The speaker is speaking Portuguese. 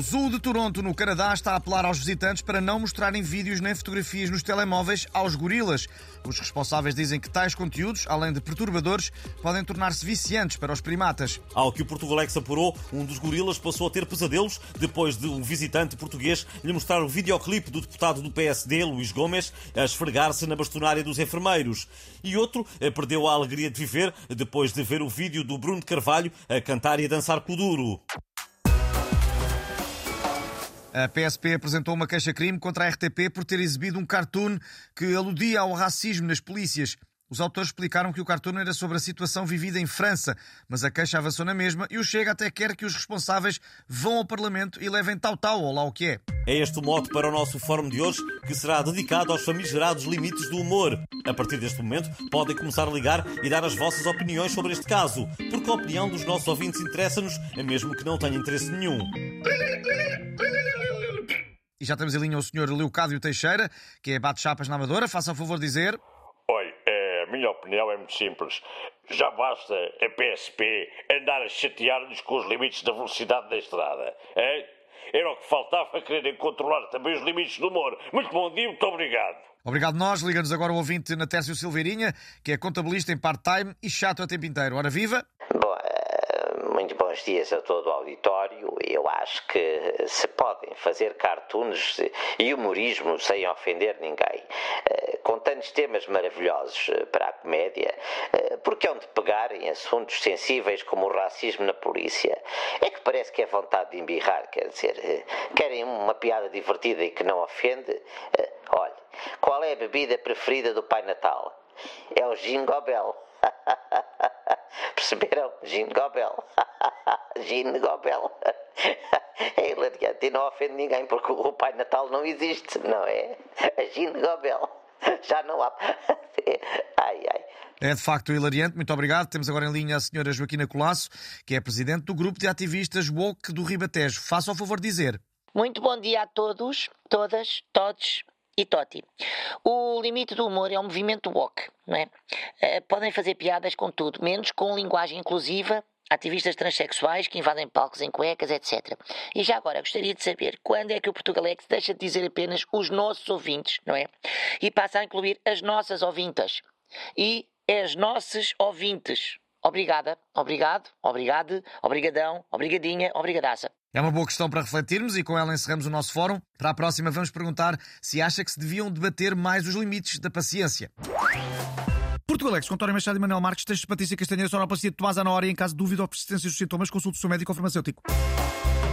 Zoo de Toronto, no Canadá, está a apelar aos visitantes para não mostrarem vídeos nem fotografias nos telemóveis aos gorilas. Os responsáveis dizem que tais conteúdos, além de perturbadores, podem tornar-se viciantes para os primatas. Ao que o Portugalex apurou, um dos gorilas passou a ter pesadelos depois de um visitante português lhe mostrar o videoclipe do deputado do PSD, Luís Gomes, a esfregar-se na bastonária dos enfermeiros. E outro perdeu a alegria de viver depois de ver o vídeo do Bruno de Carvalho a cantar e a dançar Kuduro. A PSP apresentou uma queixa-crime contra a RTP por ter exibido um cartoon que aludia ao racismo nas polícias. Os autores explicaram que o cartoon era sobre a situação vivida em França, mas a queixa avançou na mesma e o Chega até quer que os responsáveis vão ao Parlamento e levem tal, ou lá o que é. É este o mote para o nosso fórum de hoje, que será dedicado aos famigerados limites do humor. A partir deste momento, podem começar a ligar e dar as vossas opiniões sobre este caso, porque a opinião dos nossos ouvintes interessa-nos, mesmo que não tenha interesse nenhum. E já temos em linha o Sr. Leocádio Teixeira, que é bate-chapas na Amadora. Faça o favor de dizer... Olha, a minha opinião é muito simples. Já basta a PSP andar a chatear-nos com os limites da velocidade da estrada. Era o que faltava quererem controlar também os limites do humor. Muito bom dia, muito obrigado. Obrigado nós. Liga-nos agora o ouvinte Natércio Silveirinha, que é contabilista em part-time e chato a tempo inteiro. Ora viva! Muito bons dias a todo o auditório. Eu acho que se podem fazer cartoons e humorismo sem ofender ninguém, com tantos temas maravilhosos para a comédia, porque hão de pegar em assuntos sensíveis como o racismo na polícia? É que parece que é vontade de embirrar, quer dizer, querem uma piada divertida e que não ofende? Olha, qual é a bebida preferida do Pai Natal? É o Jingle Bell. Perceberam? Jingle Bell. Jingle Bell. É hilariante e não ofende ninguém porque o Pai Natal não existe, não é? A Jingle Bell. Já não há... Ai. É de facto hilariante, muito obrigado. Temos agora em linha a senhora Joaquina Colasso, que é presidente do grupo de ativistas woke do Ribatejo. Faça o favor de dizer. Muito bom dia a todos, todas, todos e toti. O limite do humor é um movimento woke, não é? Podem fazer piadas com tudo, menos com linguagem inclusiva, ativistas transexuais que invadem palcos em cuecas, etc. E já agora, gostaria de saber quando é que o Portugalex deixa de dizer apenas os nossos ouvintes, não é? E passa a incluir as nossas ouvintas. E as nossas ouvintes. Obrigada, obrigado, obrigade, obrigadão, obrigadinha, obrigadaça. É uma boa questão para refletirmos e com ela encerramos o nosso fórum. Para a próxima vamos perguntar se acha que se deviam debater mais os limites da paciência. Portugalex, com António Machado e Manuel Marques, textos de Patrícia Castanheira, sonoplastia de Tomás Ana Hora e em caso de dúvida ou persistência dos sintomas, consulte o seu médico ou farmacêutico.